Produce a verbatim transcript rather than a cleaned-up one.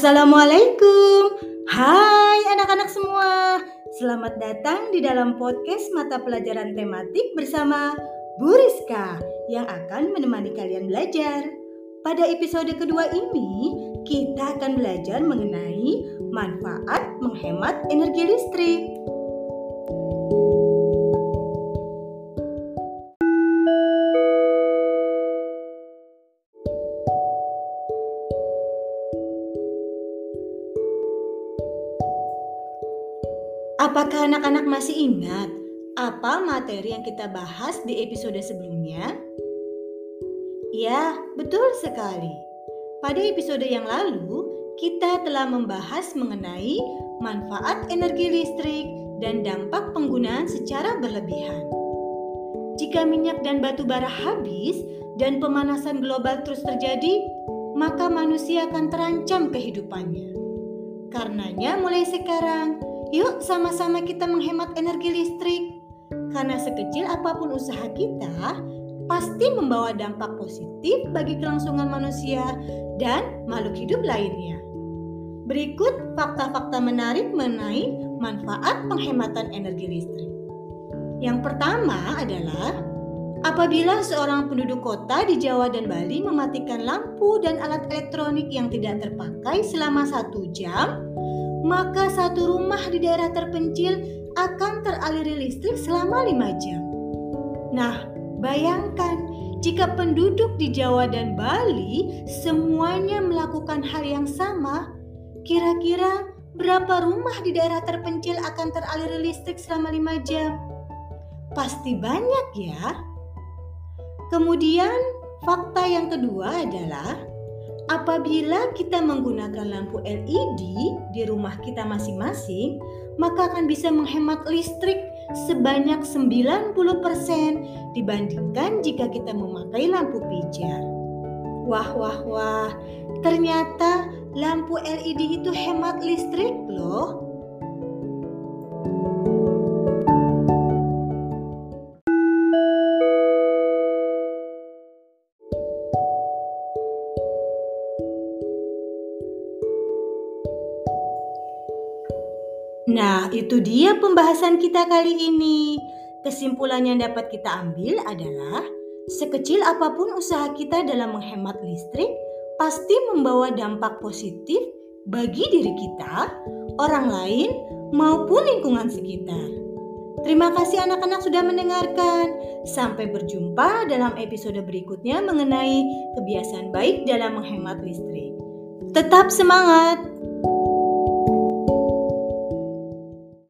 Assalamualaikum. Hai anak-anak semua. Selamat datang di dalam podcast mata pelajaran tematik bersama Bu Rizka yang akan menemani kalian belajar. Pada episode kedua ini, kita akan belajar mengenai manfaat menghemat energi listrik. Apakah anak-anak masih ingat apa materi yang kita bahas di episode sebelumnya? Ya, betul sekali. Pada episode yang lalu, kita telah membahas mengenai manfaat energi listrik dan dampak penggunaan secara berlebihan. Jika minyak dan batu bara habis dan pemanasan global terus terjadi, maka manusia akan terancam kehidupannya. Karenanya mulai sekarang, yuk sama-sama kita menghemat energi listrik. Karena sekecil apapun usaha kita, pasti membawa dampak positif bagi kelangsungan manusia dan makhluk hidup lainnya. Berikut fakta-fakta menarik mengenai manfaat penghematan energi listrik. Yang pertama adalah, apabila seorang penduduk kota di Jawa dan Bali mematikan lampu dan alat elektronik yang tidak terpakai selama satu jam, maka satu rumah di daerah terpencil akan teraliri listrik selama lima jam. Nah, bayangkan jika penduduk di Jawa dan Bali semuanya melakukan hal yang sama, kira-kira berapa rumah di daerah terpencil akan teraliri listrik selama lima jam? Pasti banyak ya. Kemudian, fakta yang kedua adalah, apabila kita menggunakan lampu L E D di rumah kita masing-masing, maka akan bisa menghemat listrik sebanyak sembilan puluh persen dibandingkan jika kita memakai lampu pijar. Wah, wah, wah, ternyata lampu L E D itu hemat listrik loh. Nah, itu dia pembahasan kita kali ini. Kesimpulan yang dapat kita ambil adalah, sekecil apapun usaha kita dalam menghemat listrik, pasti membawa dampak positif bagi diri kita, orang lain, maupun lingkungan sekitar. Terima kasih anak-anak sudah mendengarkan. Sampai berjumpa dalam episode berikutnya mengenai kebiasaan baik dalam menghemat listrik. Tetap semangat!